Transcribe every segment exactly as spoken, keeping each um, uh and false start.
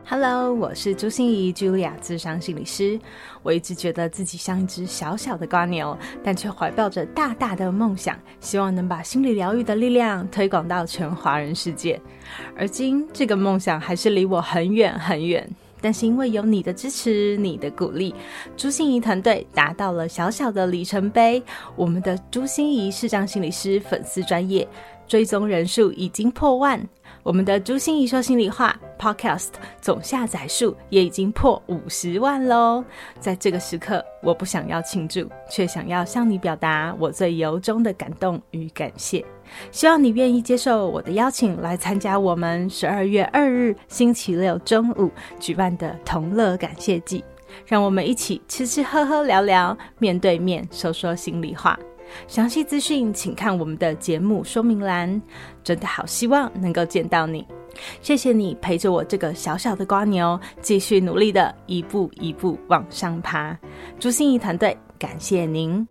Hello， 我是朱心怡 Julia 諮商心理師。我一直觉得自己像一只小小的蝸牛，但却怀抱着大大的梦想，希望能把心理疗愈的力量推广到全华人世界。而今这个梦想还是离我很远很远，但是因为有你的支持，你的鼓励，朱心怡团队达到了小小的里程碑。我们的朱心怡视障心理师粉丝专页追踪人数已经破万，我们的朱心怡说心里话 Podcast 总下载数也已经破五十万咯。在这个时刻，我不想要庆祝，却想要向你表达我最由衷的感动与感谢。希望你愿意接受我的邀请，来参加我们十二月二日星期六中午举办的同乐感谢祭，让我们一起吃吃喝喝聊聊，面对面说说心里话。详细资讯请看我们的节目说明栏。真的好希望能够见到你，谢谢你陪着我这个小小的蝸牛，继续努力的一步一步往上爬。朱心怡团队感谢您。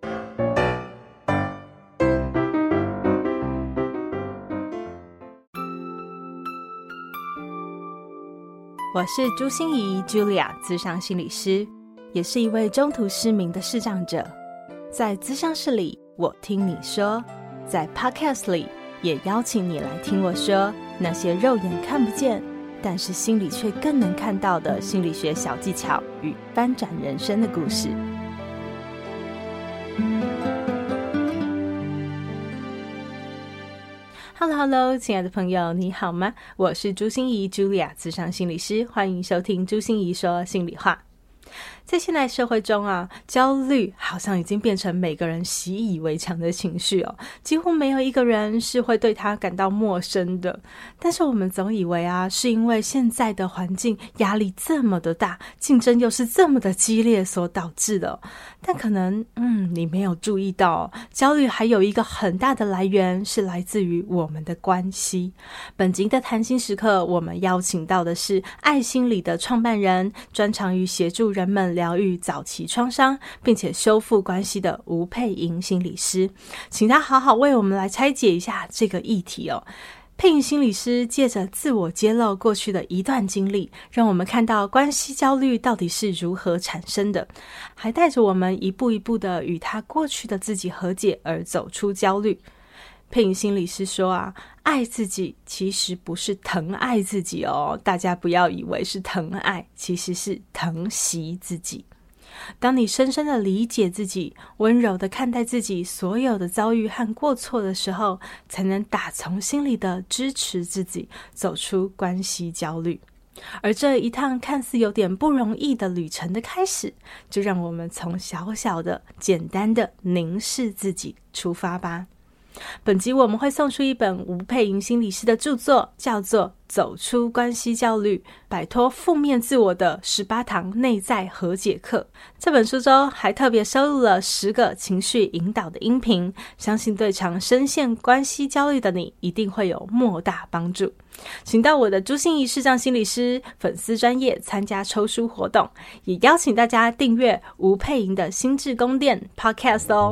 我是朱心怡 Julia 諮商心理师，也是一位中途失明的视障者。在諮商室里我听你说，在 Podcast 里也邀请你来听我说那些肉眼看不见，但是心里却更能看到的心理学小技巧与翻转人生的故事。Hello Hello， 亲爱的朋友，你好吗？我是朱心怡 Julia 諮商心理師，欢迎收听朱心怡说心里话。在现代社会中啊，焦虑好像已经变成每个人习以为常的情绪哦，几乎没有一个人是会对它感到陌生的。但是我们总以为啊，是因为现在的环境压力这么的大，竞争又是这么的激烈所导致的哦。但可能嗯，你没有注意到哦，焦虑还有一个很大的来源是来自于我们的关系。本集的谈心时刻，我们邀请到的是爱心理的创办人，专长于协助人们疗愈早期创伤并且修复关系的吴佩莹心理师，请他好好为我们来拆解一下这个议题哦。佩莹心理师借着自我揭露过去的一段经历，让我们看到关系焦虑到底是如何产生的，还带着我们一步一步的与他过去的自己和解而走出焦虑。佩莹心理师说啊，爱自己其实不是疼爱自己哦，大家不要以为是疼爱，其实是疼惜自己。当你深深的理解自己，温柔的看待自己所有的遭遇和过错的时候，才能打从心里的支持自己，走出关系焦虑。而这一趟看似有点不容易的旅程的开始，就让我们从小小的简单的凝视自己出发吧。本集我们会送出一本吴佩莹心理师的著作，叫做《走出关系焦虑，摆脱负面自我的十八堂内在和解课》。这本书中还特别收录了十个情绪引导的音频，相信对常深陷关系焦虑的你一定会有莫大帮助。请到我的朱心怡视障心理师粉丝专页参加抽书活动，也邀请大家订阅吴佩莹的心智宫殿 Podcast 哦。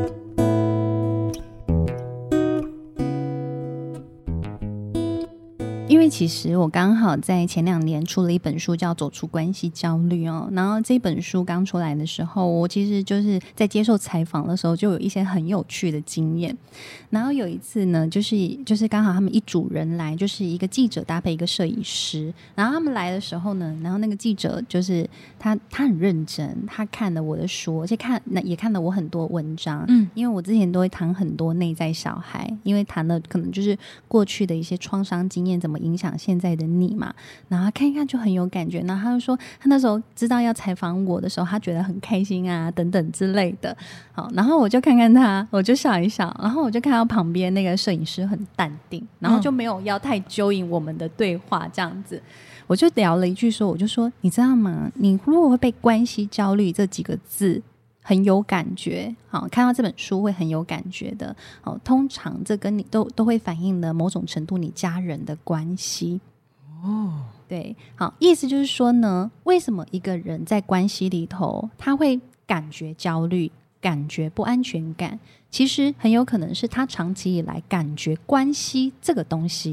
因为其实我刚好在前两年出了一本书叫《走出关系焦虑》哦，然后这本书刚出来的时候，我其实就是在接受采访的时候就有一些很有趣的经验。然后有一次呢，就是就是刚好他们一组人来，就是一个记者搭配一个摄影师，然后他们来的时候呢，然后那个记者就是他他很认真，他看了我的书，而且看也看了我很多文章，嗯，因为我之前都会谈很多内在小孩，因为谈了可能就是过去的一些创伤经验怎么影响现在的你嘛，然后他看一看就很有感觉，然后他就说他那时候知道要采访我的时候，他觉得很开心啊等等之类的。好，然后我就看看他，我就笑一笑，然后我就看到旁边那个摄影师很淡定，然后就没有要太揪引我们的对话这样子。我就聊了一句说，我就说你知道吗，你如果会被关系焦虑这几个字很有感觉，好，看到这本书会很有感觉的，好，通常这跟你都都会反映了某种程度你家人的关系哦。对，好，意思就是说呢，为什么一个人在关系里头他会感觉焦虑，感觉不安全感，其实很有可能是他长期以来感觉关系这个东西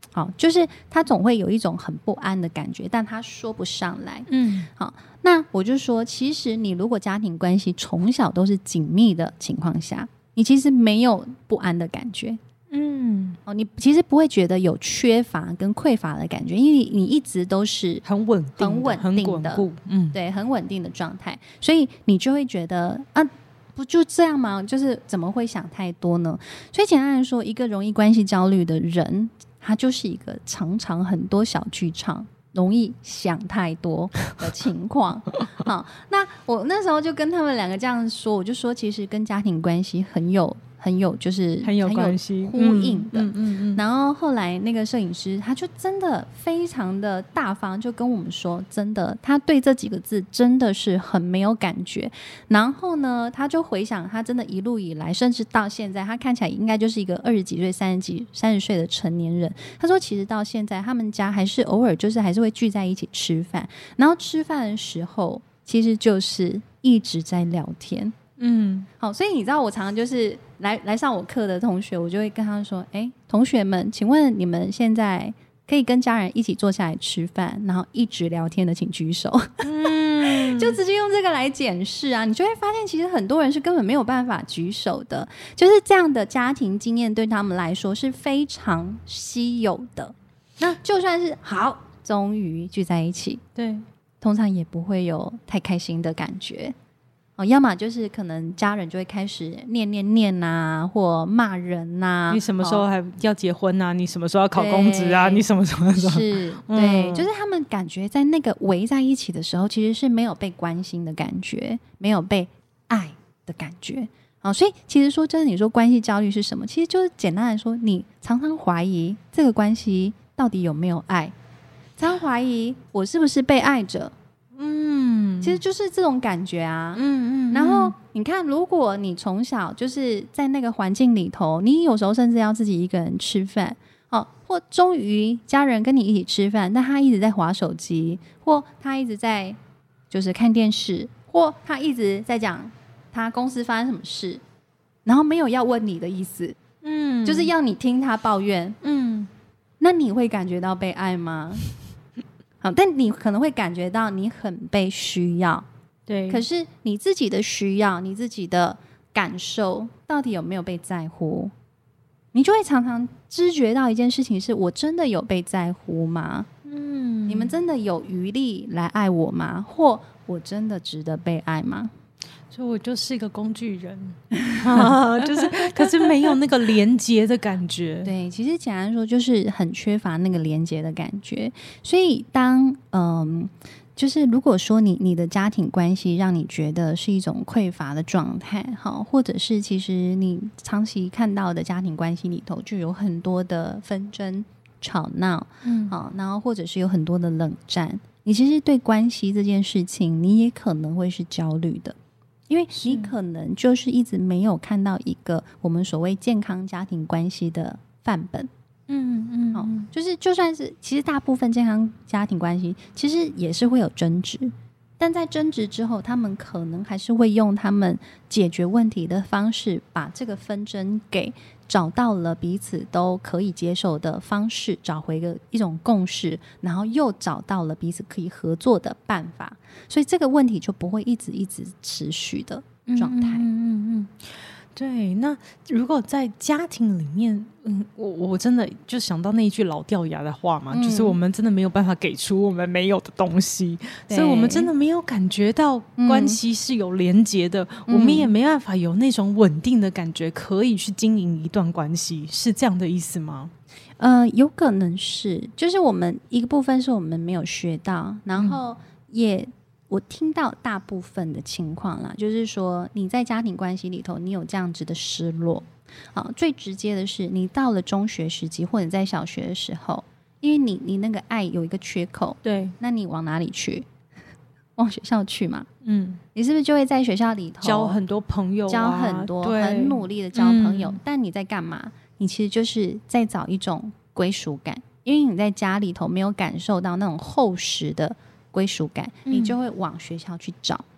好，就是他总会有一种很不安的感觉，但他说不上来。 嗯， 好，那我就说，其实你如果家庭关系从小都是紧密的情况下，你其实没有不安的感觉。嗯，哦，你其实不会觉得有缺乏跟匮乏的感觉，因为你一直都是很稳定的、 很稳定的，嗯，对，很稳定的状态，所以你就会觉得啊，不就这样吗？就是怎么会想太多呢？所以简单来说，一个容易关系焦虑的人，他就是一个常常很多小剧场，容易想太多的情况。好，那我那时候就跟他们两个这样说，我就说，其实跟家庭关系很有。很有就是很有关系呼应的、嗯嗯嗯嗯、然后后来那个摄影师他就真的非常的大方，就跟我们说真的他对这几个字真的是很没有感觉。然后呢他就回想他真的一路以来甚至到现在，他看起来应该就是一个二十几岁三十几三十岁的成年人。他说其实到现在他们家还是偶尔就是还是会聚在一起吃饭，然后吃饭的时候其实就是一直在聊天。嗯，好，所以你知道我常常就是来来上我课的同学，我就会跟他说，哎，同学们，请问你们现在可以跟家人一起坐下来吃饭然后一直聊天的请举手。嗯，就直接用这个来检视啊，你就会发现其实很多人是根本没有办法举手的，就是这样的家庭经验对他们来说是非常稀有的。那就算是好终于聚在一起，对，通常也不会有太开心的感觉。哦、要么就是可能家人就会开始念念念啊，或骂人啊， 你什么时候还要结婚啊、哦、你什么时候要考公职啊，你什么时候是、嗯、对，就是他们感觉在那个围在一起的时候其实是没有被关心的感觉，没有被爱的感觉、哦、所以其实说真的，你说关系焦虑是什么，其实就是简单来说，你常常怀疑这个关系到底有没有爱，常常怀疑我是不是被爱着，嗯，其实就是这种感觉啊。嗯 嗯, 嗯，然后你看，如果你从小就是在那个环境里头，你有时候甚至要自己一个人吃饭，哦，或终于家人跟你一起吃饭，但他一直在滑手机，或他一直在就是看电视，或他一直在讲他公司发生什么事，然后没有要问你的意思，嗯，就是要你听他抱怨，嗯，那你会感觉到被爱吗？好，但你可能会感觉到你很被需要，对，可是你自己的需要，你自己的感受到底有没有被在乎？你就会常常知觉到一件事情是，我真的有被在乎吗？嗯，你们真的有余力来爱我吗？或我真的值得被爱吗？ 所以我就是一个工具人、啊、就是可是没有那个连结的感觉。 对，其实简单说就是很缺乏那个连结的感觉。所以当嗯，就是如果说你你的家庭关系让你觉得是一种匮乏的状态，好，或者是其实你长期看到的家庭关系里头就有很多的纷争吵闹，嗯，好，然后或者是有很多的冷战，你其实对关系这件事情你也可能会是焦虑的，因为你可能就是一直没有看到一个我们所谓健康家庭关系的范本。嗯嗯，好，就是就算是其实大部分健康家庭关系其实也是会有争执，但在争执之后他们可能还是会用他们解决问题的方式把这个纷争给找到了彼此都可以接受的方式，找回一个一种共识，然后又找到了彼此可以合作的办法，所以这个问题就不会一直一直持续的状态。嗯嗯嗯嗯， 对。那如果在家庭里面，嗯，我我真的就想到那一句老掉牙的话嘛、嗯、就是我们真的没有办法给出我们没有的东西，所以我们真的没有感觉到关系是有连结的、嗯、我们也没办法有那种稳定的感觉可以去经营一段关系，是这样的意思吗？ 呃，有可能是，就是我们一个部分是我们没有学到，然后也、嗯我听到大部分的情况啦，就是说你在家庭关系里头你有这样子的失落、啊、最直接的是你到了中学时期或者在小学的时候，因为你你那个爱有一个缺口， 对， 那你往哪里去？往学校去嘛，嗯，你是不是就会在学校里头交很多朋友、啊、 交很多，很努力的交朋友、嗯、但你在干嘛？你其实就是在找一种归属感，因为你在家里头没有感受到那种厚实的归属感，你就会往学校去找、嗯、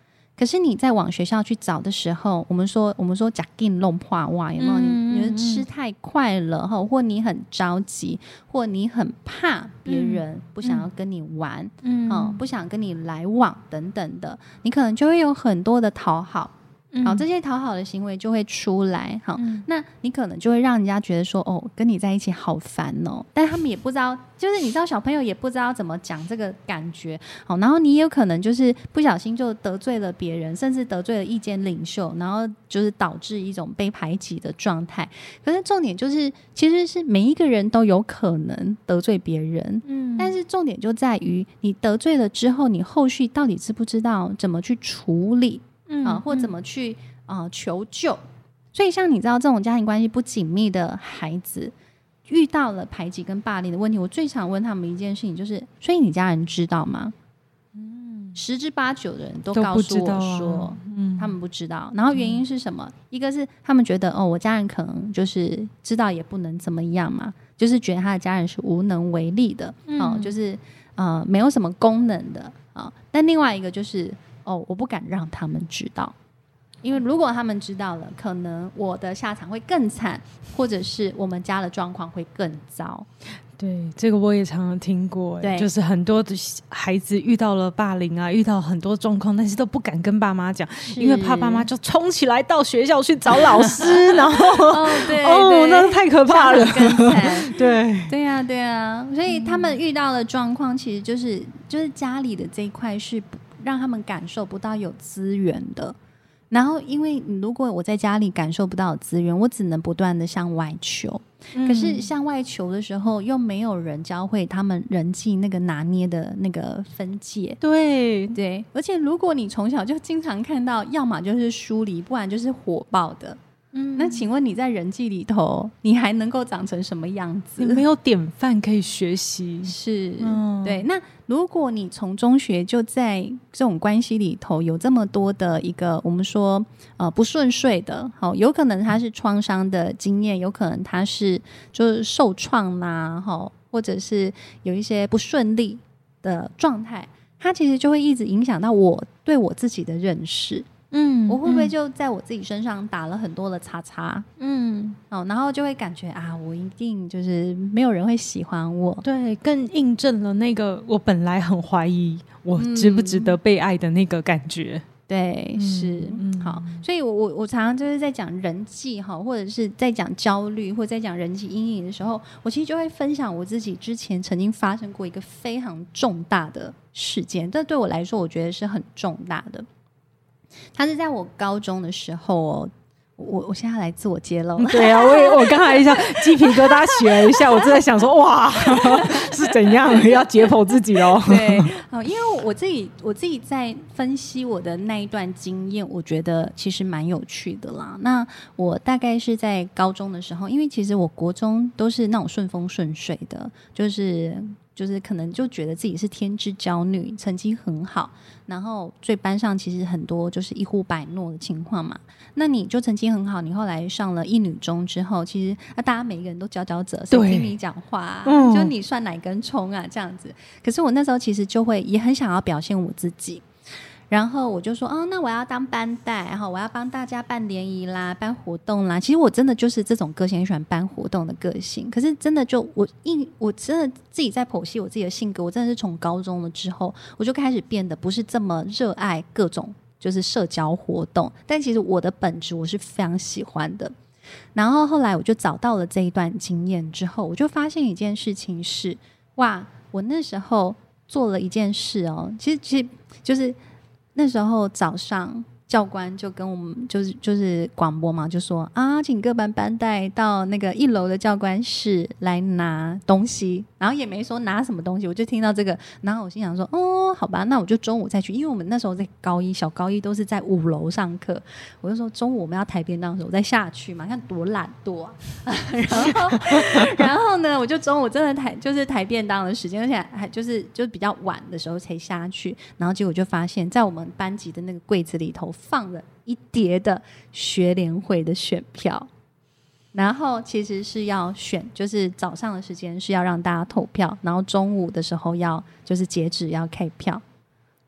可是你在往学校去找的时候，我们说我们说假定弄破袜，有没有？ 嗯、 你你吃太快了，或你很着急，或你很怕别人不想要跟你玩，嗯哦、不想跟你来往等等的，你可能就会有很多的讨好。好，这些讨好的行为就会出来。好、嗯，那你可能就会让人家觉得说，哦，跟你在一起好烦哦。但他们也不知道，就是你知道，小朋友也不知道怎么讲这个感觉。好，然后你也有可能就是不小心就得罪了别人，甚至得罪了意见领袖，然后就是导致一种被排挤的状态。可是重点就是，其实是每一个人都有可能得罪别人。嗯，但是重点就在于你得罪了之后，你后续到底知不知道怎么去处理？嗯啊、或怎么去、呃、求救。所以像你知道这种家庭关系不紧密的孩子遇到了排挤跟霸凌的问题，我最常问他们一件事情就是，所以你家人知道吗？嗯，十之八九的人都告诉我说、啊嗯、他们不知道。然后原因是什么、嗯、一个是他们觉得哦，我家人可能就是知道也不能怎么样嘛，就是觉得他的家人是无能为力的、嗯哦、就是呃没有什么功能的、哦、但另外一个就是哦，我不敢让他们知道，因为如果他们知道了，可能我的下场会更惨，或者是我们家的状况会更糟。 对，这个我也常常听过，就是很多的孩子遇到了霸凌啊，遇到很多状况，但是都不敢跟爸妈讲，因为怕爸妈就冲起来到学校去找老师，然后哦，对哦，那太可怕了， 更惨。 对， 对啊，对啊，所以他们遇到的状况，其实就是就是家里的这一块是让他们感受不到有资源的。然后因为如果我在家里感受不到资源，我只能不断的向外求、嗯、可是向外求的时候又没有人教会他们人际那个拿捏的那个分界。 对对，而且如果你从小就经常看到要么就是疏离，不然就是火爆的，嗯，那请问你在人际里头你还能够长成什么样子？ 你没有典范可以学习。 是、嗯、对。那如果你从中学就在这种关系里头有这么多的一个我们说呃不顺遂的，好，有可能他是创伤的经验，有可能他是就是受创啦，或者是有一些不顺利的状态，它其实就会一直影响到我对我自己的认识。嗯，我会不会就在我自己身上打了很多的叉叉？嗯，哦，然后就会感觉啊，我一定就是没有人会喜欢我。 对，更印证了那个我本来很怀疑我值不值得被爱的那个感觉。嗯、 对，是、嗯、好，所以我我我常常就是在讲人际哈，或者是在讲焦虑，或者在讲人际阴影的时候，我其实就会分享我自己之前曾经发生过一个非常重大的事件，这对我来说，我觉得是很重大的。他是在我高中的时候哦，我我现在来自我揭露。 对啊，我也我刚才一下鸡皮疙瘩起了一下，我正在想说哇是怎样要解剖自己哦。 对，因为我自己我自己在分析我的那一段经验，我觉得其实蛮有趣的啦。那我大概是在高中的时候，因为其实我国中都是那种顺风顺水的，就是就是可能就觉得自己是天之娇女，成绩很好，然后所以班上其实很多就是一呼百诺的情况嘛。那你就成绩很好，你后来上了一女中之后，其实、啊、大家每个人都佼佼者，谁听你讲话啊、嗯、就你算哪根葱啊这样子。可是我那时候其实就会也很想要表现我自己，然后我就说哦，那我要当班带，然后我要帮大家办联谊啦，办活动啦。其实我真的就是这种个性，很喜欢办活动的个性。可是真的就我一我真的自己在剖析我自己的性格，我真的是从高中了之后，我就开始变得不是这么热爱各种就是社交活动，但其实我的本质我是非常喜欢的。然后后来我就找到了这一段经验之后，我就发现一件事情是，哇，我那时候做了一件事哦，其实其实就是那时候早上教官就跟我们就是就是广播嘛，就说啊，请各班班带到那个一楼的教官室来拿东西，然后也没说拿什么东西，我就听到这个，然后我心想说哦，好吧，那我就中午再去，因为我们那时候在高一小高一都是在五楼上课，我就说中午我们要抬便当的时候我再下去嘛，看多懒惰啊然后然后呢我就中午真的抬就是抬便当的时间，而且还就是就比较晚的时候才下去，然后结果就发现在我们班级的那个柜子里头放了一叠的学联会的选票，然后其实是要选，就是早上的时间是要让大家投票，然后中午的时候要就是截止要开票。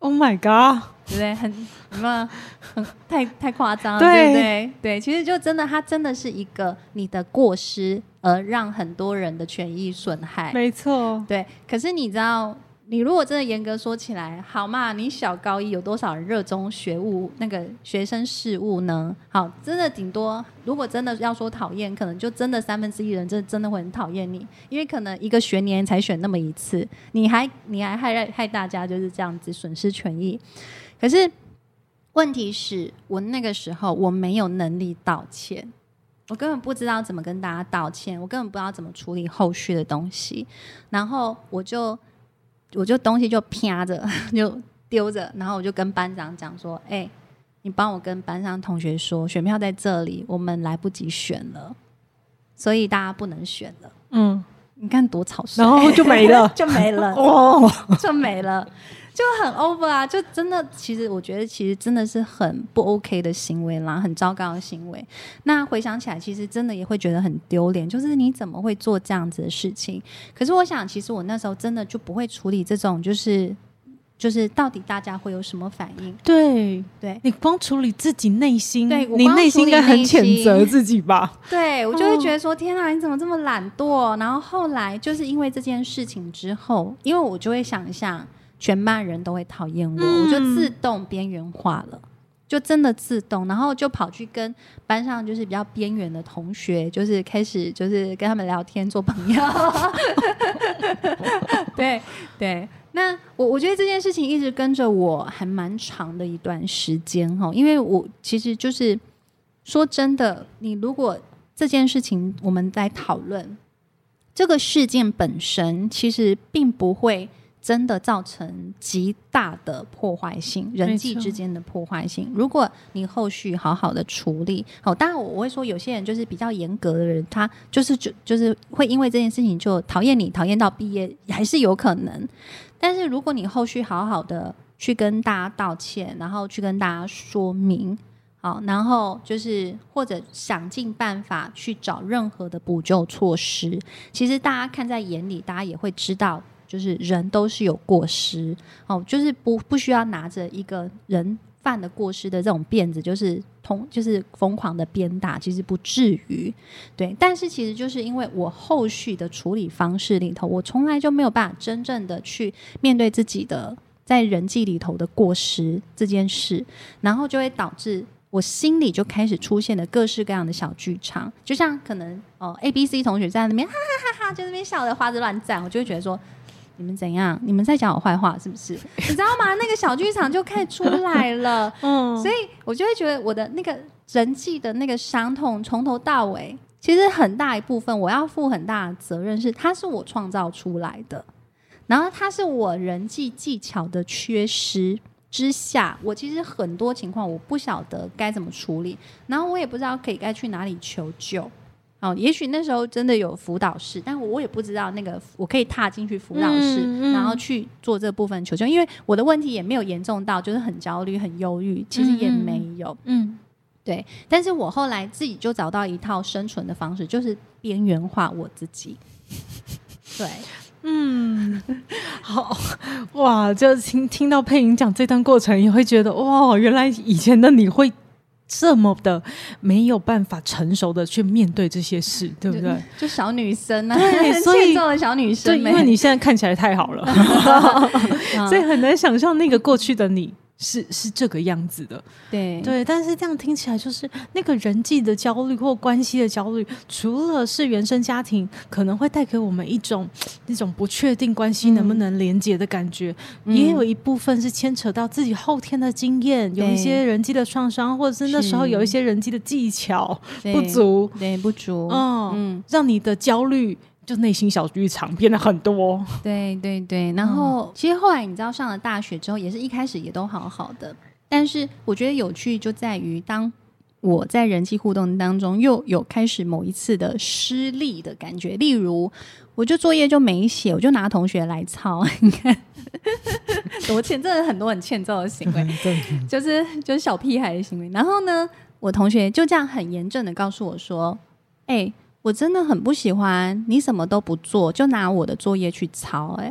Oh my god， 对不对？很有没有很太太夸张了， 对对不对？对，其实就真的，它真的是一个你的过失，而让很多人的权益损害。 没错， 对。可是你知道，你如果真的严格说起来，好嘛，你小高一有多少人热衷学务那个学生事务呢？好，真的顶多，如果真的要说讨厌，可能就真的三分之一人真的真的会很讨厌你，因为可能一个学年才选那么一次，你还你还害害大家就是这样子损失权益。可是问题是我那个时候我没有能力道歉，我根本不知道怎么跟大家道歉，我根本不知道怎么处理后续的东西，然后我就我就东西就啪着就丢着，然后我就跟班长讲说，哎、欸，你帮我跟班上同学说，选票在这里，我们来不及选了，所以大家不能选了。嗯，你看多草率， 然后就没了就没了哦， 就没了，就很 over 啊，就真的，其实我觉得其实真的是很不 OK 的行为啦，很糟糕的行为。那回想起来，其实真的也会觉得很丢脸，就是你怎么会做这样子的事情？可是我想，其实我那时候真的就不会处理这种，就是就是到底大家会有什么反应？ 对对， 你光处理自己内心， 对， 你内心应该很谴责自己吧？ 对，我就会觉得说，哦、天啊，你怎么这么懒惰？然后后来就是因为这件事情之后，因为我就会想象。全班人都会讨厌我、嗯、我就自动边缘化了，就真的自动，然后就跑去跟班上就是比较边缘的同学，就是开始就是跟他们聊天做朋友对对，那我我觉得这件事情一直跟着我还蛮长的一段时间，因为我其实就是说真的，你如果这件事情我们在讨论这个事件本身，其实并不会真的造成极大的破坏性，人际之间的破坏性。如果你后续好好的处理，哦，当然我会说有些人就是比较严格的人，他就是就就是会因为这件事情就讨厌你，讨厌到毕业还是有可能。但是如果你后续好好的去跟大家道歉，然后去跟大家说明，好，然后就是或者想尽办法去找任何的补救措施，其实大家看在眼里，大家也会知道。就是人都是有过失、哦、就是不不需要拿着一个人犯的过失的这种辫子，就是通就是疯狂的鞭打，其实不至于。对，但是其实就是因为我后续的处理方式里头，我从来就没有办法真正的去面对自己的在人际里头的过失这件事，然后就会导致我心里就开始出现了各式各样的小剧场，就像可能、哦、A、B、C 同学在那边哈哈哈哈，就在那边笑得花枝乱颤，我就会觉得说。你们怎样？你们在讲我坏话是不是？你知道吗？那个小剧场就开始出来了，嗯，所以我就会觉得我的那个人际的那个伤痛，从头到尾，其实很大一部分我要负很大的责任，是它是我创造出来的，然后它是我人际技巧的缺失之下，我其实很多情况我不晓得该怎么处理，然后我也不知道可以该去哪里求救。哦，也许那时候真的有辅导室，但我也不知道那个我可以踏进去辅导室、嗯嗯、然后去做这部分求救，因为我的问题也没有严重到就是很焦虑很忧郁，其实也没有。嗯, 嗯，对，但是我后来自己就找到一套生存的方式，就是边缘化我自己。对，嗯， 好哇，就听听到佩莹讲这段过程，也会觉得哇，原来以前的你会这么的没有办法成熟的去面对这些事，对不对？ 就, 就小女生啊， 对，所以欠揍的小女生、欸， 对，因为你现在看起来太好了，所以很难想象那个过去的你是是这个样子的， 对对。但是这样听起来，就是那个人际的焦虑或关系的焦虑，除了是原生家庭可能会带给我们一种那种不确定关系能不能连结的感觉、嗯、也有一部分是牵扯到自己后天的经验，有一些人际的创伤，或者是那时候有一些人际的技巧不足， 对不足， 嗯嗯，让你的焦虑就内心小剧场变得很多。 对对对，然后、嗯、其实后来你知道上了大学之后，也是一开始也都好好的，但是我觉得有趣就在于当我在人际互动当中又有开始某一次的失利的感觉，例如我就作业就没写，我就拿同学来抄，你看我欠真的很多很欠揍的行为，对，就是就是小屁孩的行为。然后呢，我同学就这样很严正的告诉我说，哎、欸我真的很不喜欢你什么都不做就拿我的作业去抄、欸、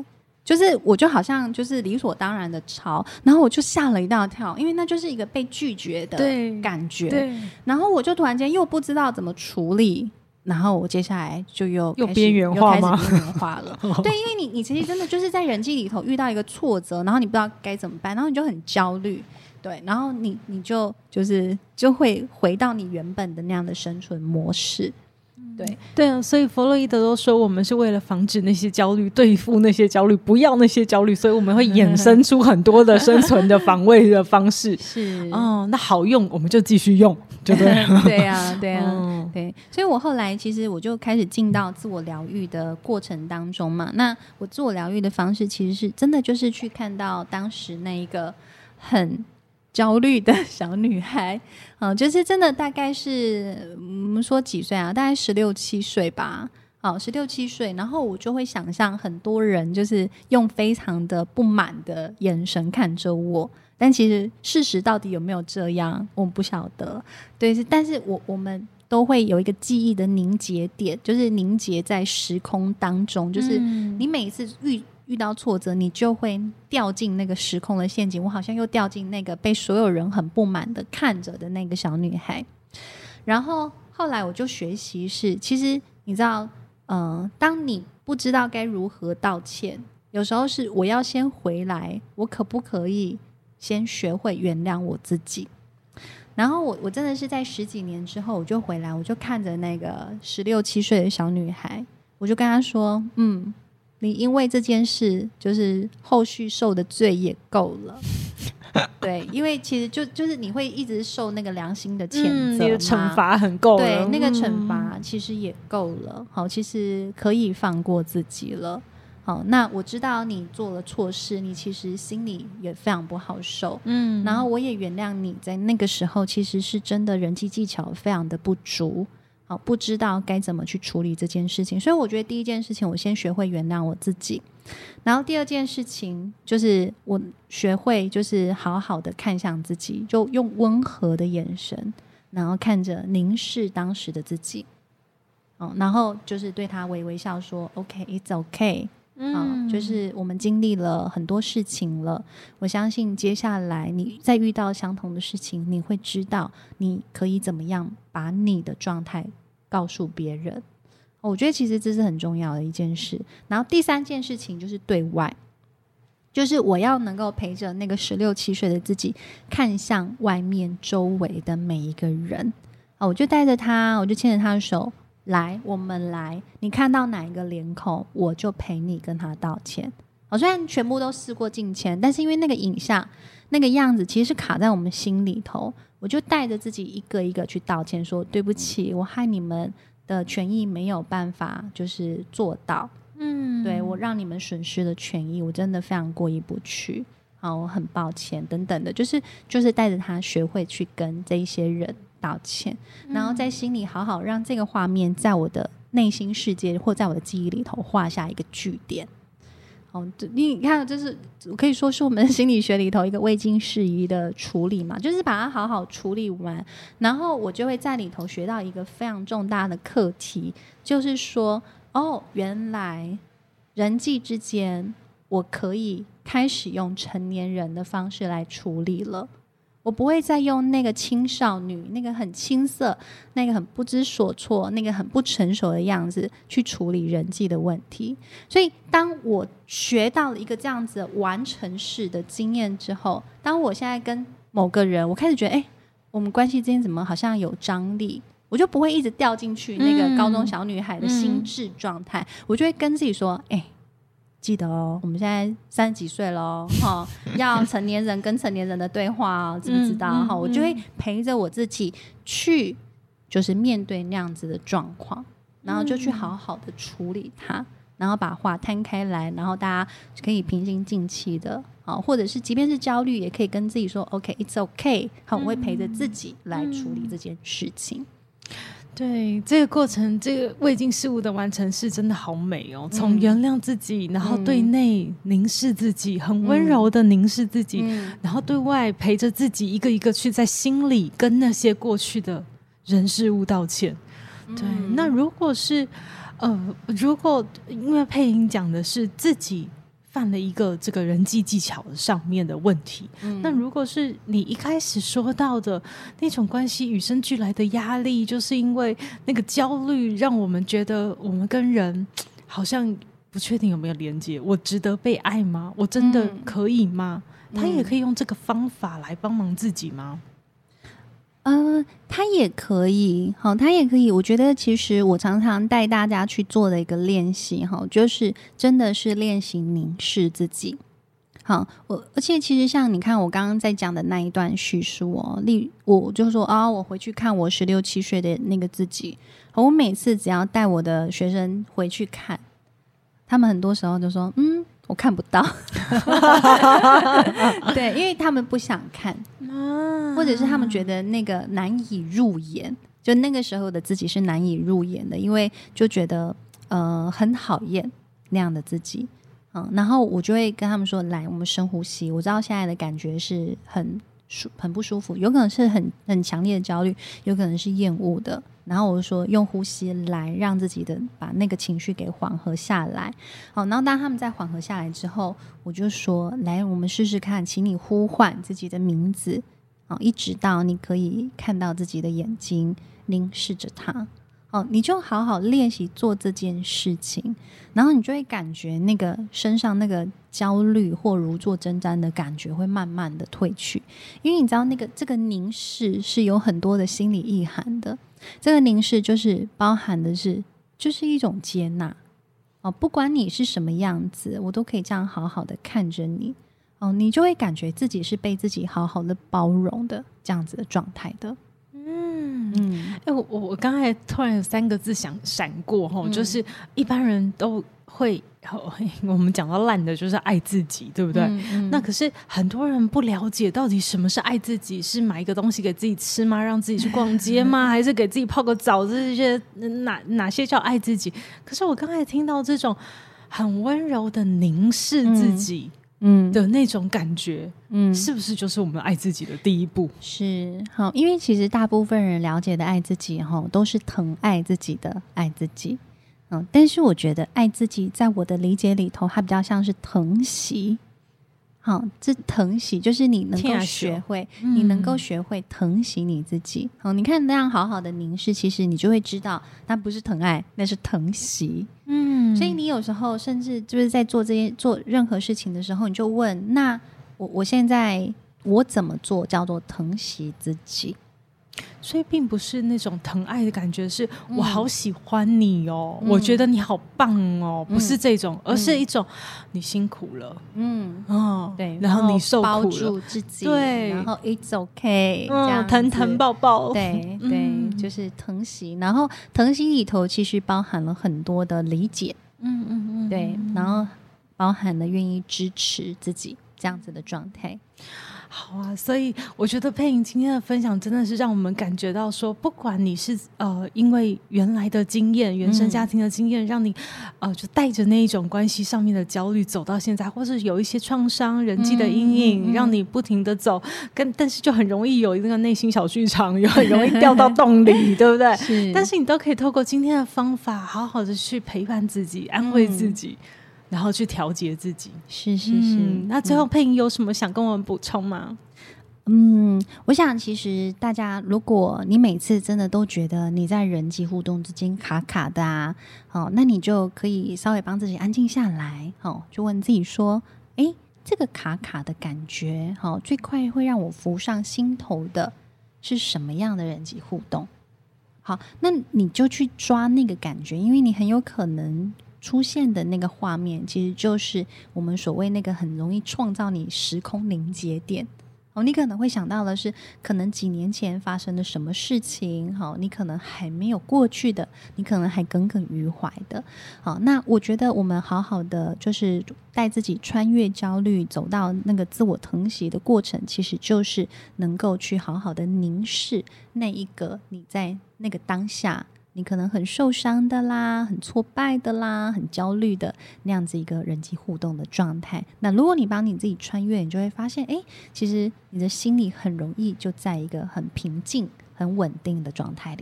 就是我就好像就是理所当然的抄，然后我就吓了一大跳，因为那就是一个被拒绝的感觉， 对， 然后我就突然间又不知道怎么处理，然后我接下来就又又边缘化吗？ 又开始边缘化了对，因为你你其实真的就是在人际里头遇到一个挫折，然后你不知道该怎么办，然后你就很焦虑，对，然后你你就就是就会回到你原本的那样的生存模式。对对啊，所以弗洛伊德都说我们是为了防止那些焦虑，对付那些焦虑，不要那些焦虑，所以我们会衍生出很多的生存的防卫的方式是哦，那好用我们就继续用，对不对？ 对啊对啊、 嗯、 对，所以我后来其实我就开始进到自我疗愈的过程当中嘛。那我自我疗愈的方式其实是真的就是去看到当时那一个很焦虑的小女孩、嗯、就是真的大概是我们说几岁啊，大概十六七岁吧，好，十六七岁，然后我就会想象很多人就是用非常的不满的眼神看着我，但其实事实到底有没有这样我们不晓得，对，但是我我们都会有一个记忆的凝结点，就是凝结在时空当中，就是你每一次遇遇到挫折你就会掉进那个时空的陷阱，我好像又掉进那个被所有人很不满的看着的那个小女孩。然后后来我就学习是其实你知道呃，当你不知道该如何道歉，有时候是我要先回来，我可不可以先学会原谅我自己。然后我我真的是在十几年之后我就回来，我就看着那个十六七岁的小女孩，我就跟她说嗯，你因为这件事就是后续受的罪也够了对，因为其实就就是你会一直受那个良心的谴责、嗯、 你的惩罚很够了， 对，那个惩罚其实也够了，好，其实可以放过自己了。好，那我知道你做了错事，你其实心里也非常不好受，嗯，然后我也原谅你在那个时候其实是真的人际技巧非常的不足，好，不知道该怎么去处理这件事情，所以我觉得第一件事情我先学会原谅我自己，然后第二件事情就是我学会就是好好的看向自己，就用温和的眼神然后看着凝视当时的自己、哦、然后就是对他微微笑说 OK it's OK、嗯哦、就是我们经历了很多事情了，我相信接下来你再遇到相同的事情你会知道你可以怎么样把你的状态告诉别人，我觉得其实这是很重要的一件事。然后第三件事情就是对外，就是我要能够陪着那个十六七岁的自己看向外面周围的每一个人，我就带着他，我就牵着他的手，来我们来，你看到哪一个脸孔我就陪你跟他道歉。虽然全部都事过境迁，但是因为那个影像那个样子其实是卡在我们心里头，我就带着自己一个一个去道歉，说对不起，我害你们的权益没有办法就是做到，嗯，对，我让你们损失了权益，我真的非常过意不去，好，我很抱歉等等的，就是就是带着他学会去跟这一些人道歉，然后在心里好好让这个画面在我的内心世界或在我的记忆里头画下一个句点。哦、你看这是可以说是我们心理学里头一个未经事宜的处理嘛，就是把它好好处理完，然后我就会在里头学到一个非常重大的课题，就是说哦，原来人际之间我可以开始用成年人的方式来处理了，我不会再用那个青少女那个很青涩那个很不知所措那个很不成熟的样子去处理人际的问题。所以当我学到了一个这样子完成式的经验之后，当我现在跟某个人我开始觉得哎，我们关系之间怎么好像有张力，我就不会一直掉进去那个高中小女孩的心智状态、嗯、我就会跟自己说哎，记得哦，我们现在三十几岁了、哦、要成年人跟成年人的对话、哦、知不知道、嗯嗯、我就会陪着我自己去就是面对那样子的状况，然后就去好好的处理它，然后把话摊开来，然后大家可以平心静气的、哦、或者是即便是焦虑也可以跟自己说 OK it's OK、好，我会陪着自己来处理这件事情、嗯对，这个过程这个未经事物的完成是真的好美哦，从原谅自己、嗯、然后对内凝视自己、嗯、很温柔的凝视自己、嗯、然后对外陪着自己一个一个去在心里跟那些过去的人事物道歉、嗯、对，那如果是呃，如果因为佩莹讲的是自己犯了一个这个人际技巧上面的问题、嗯、那如果是你一开始说到的那种关系与生俱来的压力，就是因为那个焦虑让我们觉得我们跟人好像不确定有没有连接，我值得被爱吗？我真的可以吗、嗯、他也可以用这个方法来帮忙自己吗？ 呃，他也可以，好，他也可以。我觉得其实我常常带大家去做的一个练习，哈，就是真的是练习凝视自己。好，我而且其实像你看我刚刚在讲的那一段叙述哦，例我就说啊，我回去看我十六七岁的那个自己，我每次只要带我的学生回去看，他们很多时候就说，嗯。我看不到对，因为他们不想看、啊、或者是他们觉得那个难以入眼，就那个时候的自己是难以入眼的，因为就觉得呃很讨厌那样的自己、嗯、然后我就会跟他们说，来我们深呼吸，我知道现在的感觉是很很不舒服，有可能是很很强烈的焦虑，有可能是厌恶的，然后我就说用呼吸来让自己的把那个情绪给缓和下来。好，然后当他们在缓和下来之后，我就说来我们试试看，请你呼唤自己的名字，好，一直到你可以看到自己的眼睛，凝视着它。哦，你就好好练习做这件事情，然后你就会感觉那个身上那个焦虑或如坐针毡的感觉会慢慢的退去，因为你知道那个这个凝视是有很多的心理意涵的，这个凝视就是包含的是就是一种接纳哦，不管你是什么样子，我都可以这样好好的看着你哦，你就会感觉自己是被自己好好的包容的这样子的状态的。 嗯嗯，哎、欸，我我刚才突然有三个字想闪过哈、嗯，就是一般人都会，我们讲到烂的就是爱自己，对不对？嗯嗯，那可是很多人不了解到底什么是爱自己，是买一个东西给自己吃吗？让自己去逛街吗？还是给自己泡个澡？这些哪哪些叫爱自己？可是我刚才听到这种很温柔的凝视自己。嗯嗯的那种感觉，嗯，是不是就是我们爱自己的第一步？ 是，好，因为其实大部分人了解的爱自己齁，都是疼爱自己的爱自己，嗯，但是我觉得爱自己在我的理解里头，它比较像是疼惜。好，这疼惜就是你能够学会、嗯、你能够学会疼惜你自己。好，你看那样好好的凝视，其实你就会知道那不是疼爱，那是疼惜。嗯，所以你有时候甚至就是在做这些做任何事情的时候，你就问，那我我现在我怎么做叫做疼惜自己？ 所以并不是那种疼爱的感觉，是我好喜欢你哦、嗯、我觉得你好棒哦、嗯、不是这种，而是一种、嗯、你辛苦了，嗯哦，对，然后你受苦了， 包住自己， 对， 然后 it's okay、嗯、这样疼疼抱抱， 对对、嗯、就是疼惜，然后疼惜里头其实包含了很多的理解，嗯嗯嗯，对，然后包含了愿意支持自己这样子的状态。 好啊，所以我觉得佩莹今天的分享真的是让我们感觉到说，不管你是呃因为原来的经验、原生家庭的经验、嗯、让你呃就带着那一种关系上面的焦虑走到现在，或是有一些创伤、人际的阴影、嗯嗯嗯、让你不停的走，跟但是就很容易有那个内心小剧场，又很容易掉到洞里，对不对？是，但是你都可以透过今天的方法，好好的去陪伴自己、安慰自己。嗯，然后去调节自己， 是是是、嗯、 那最后佩莹有什么想跟我们补充吗？ 嗯，我想其实大家如果你每次真的都觉得你在人际互动之间卡卡的啊、哦、那你就可以稍微帮自己安静下来、哦、就问自己说，诶，这个卡卡的感觉、哦、最快会让我浮上心头的是什么样的人际互动？好，那你就去抓那个感觉，因为你很有可能出现的那个画面其实就是我们所谓那个很容易创造你时空凝结点。哦，你可能会想到的是可能几年前发生的什么事情，好，你可能还没有过去的，你可能还耿耿于怀的。好，那我觉得我们好好的就是带自己穿越焦虑，走到那个自我疼惜的过程，其实就是能够去好好的凝视那一个你在那个当下你可能很受伤的啦，很挫败的啦，很焦虑的那样子一个人际互动的状态。那如果你帮你自己穿越，你就会发现，哎，其实你的心里很容易就在一个很平静、很稳定的状态里。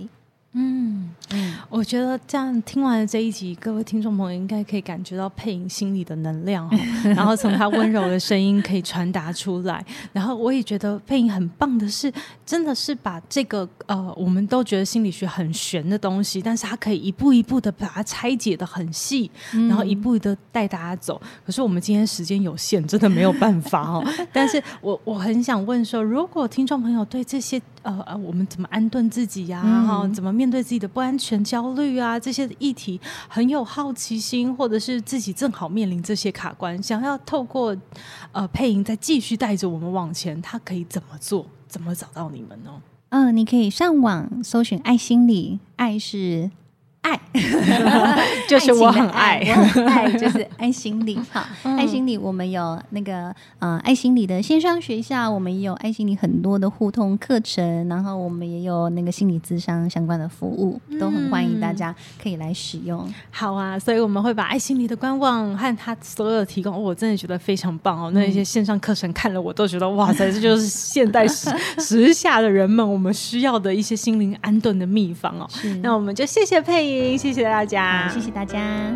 嗯嗯，我觉得这样听完了这一集，各位听众朋友应该可以感觉到佩莹心里的能量、哦、然后从她温柔的声音可以传达出来。然后我也觉得佩莹很棒的是，真的是把这个呃，我们都觉得心理学很玄的东西，但是她可以一步一步的把它拆解的很细，然后一步一步的带大家走。可是我们今天时间有限，真的没有办法哦。但是我我很想问说，如果听众朋友对这些呃呃，我们怎么安顿自己呀、啊嗯，怎么面对自己的不安全、焦虑啊，这些议题很有好奇心，或者是自己正好面临这些卡关，想要透过呃佩莹再继续带着我们往前，他可以怎么做？怎么找到你们呢？ 嗯、呃，你可以上网搜寻爱心理，爱是爱就是我很爱我很爱就是爱心理。好、嗯、爱心理我们有那个呃爱心理的线上学校，我们也有爱心理很多的互通课程，然后我们也有那个心理咨商相关的服务，都很欢迎大家可以来使用、嗯、 好啊，所以我们会把爱心理的官网和他所有的提供、哦、我真的觉得非常棒哦。那一些线上课程看了我都觉得哇塞，这就是现代时时下的人们我们需要的一些心灵安顿的秘方哦。那我们就谢谢佩莹，谢谢大家， 谢谢大家。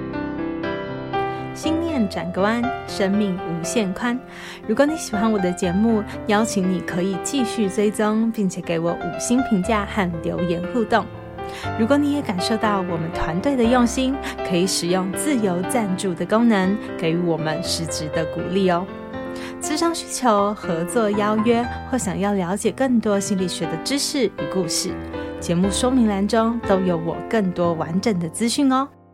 心念转个弯，生命无限宽。如果你喜欢我的节目，邀请你可以继续追踪，并且给我五星评价和留言互动。如果你也感受到我们团队的用心，可以使用自由赞助的功能，给予我们实质的鼓励哦。咨商需求、合作邀约，或想要了解更多心理学的知识与故事，节目说明栏中都有我更多完整的资讯哦。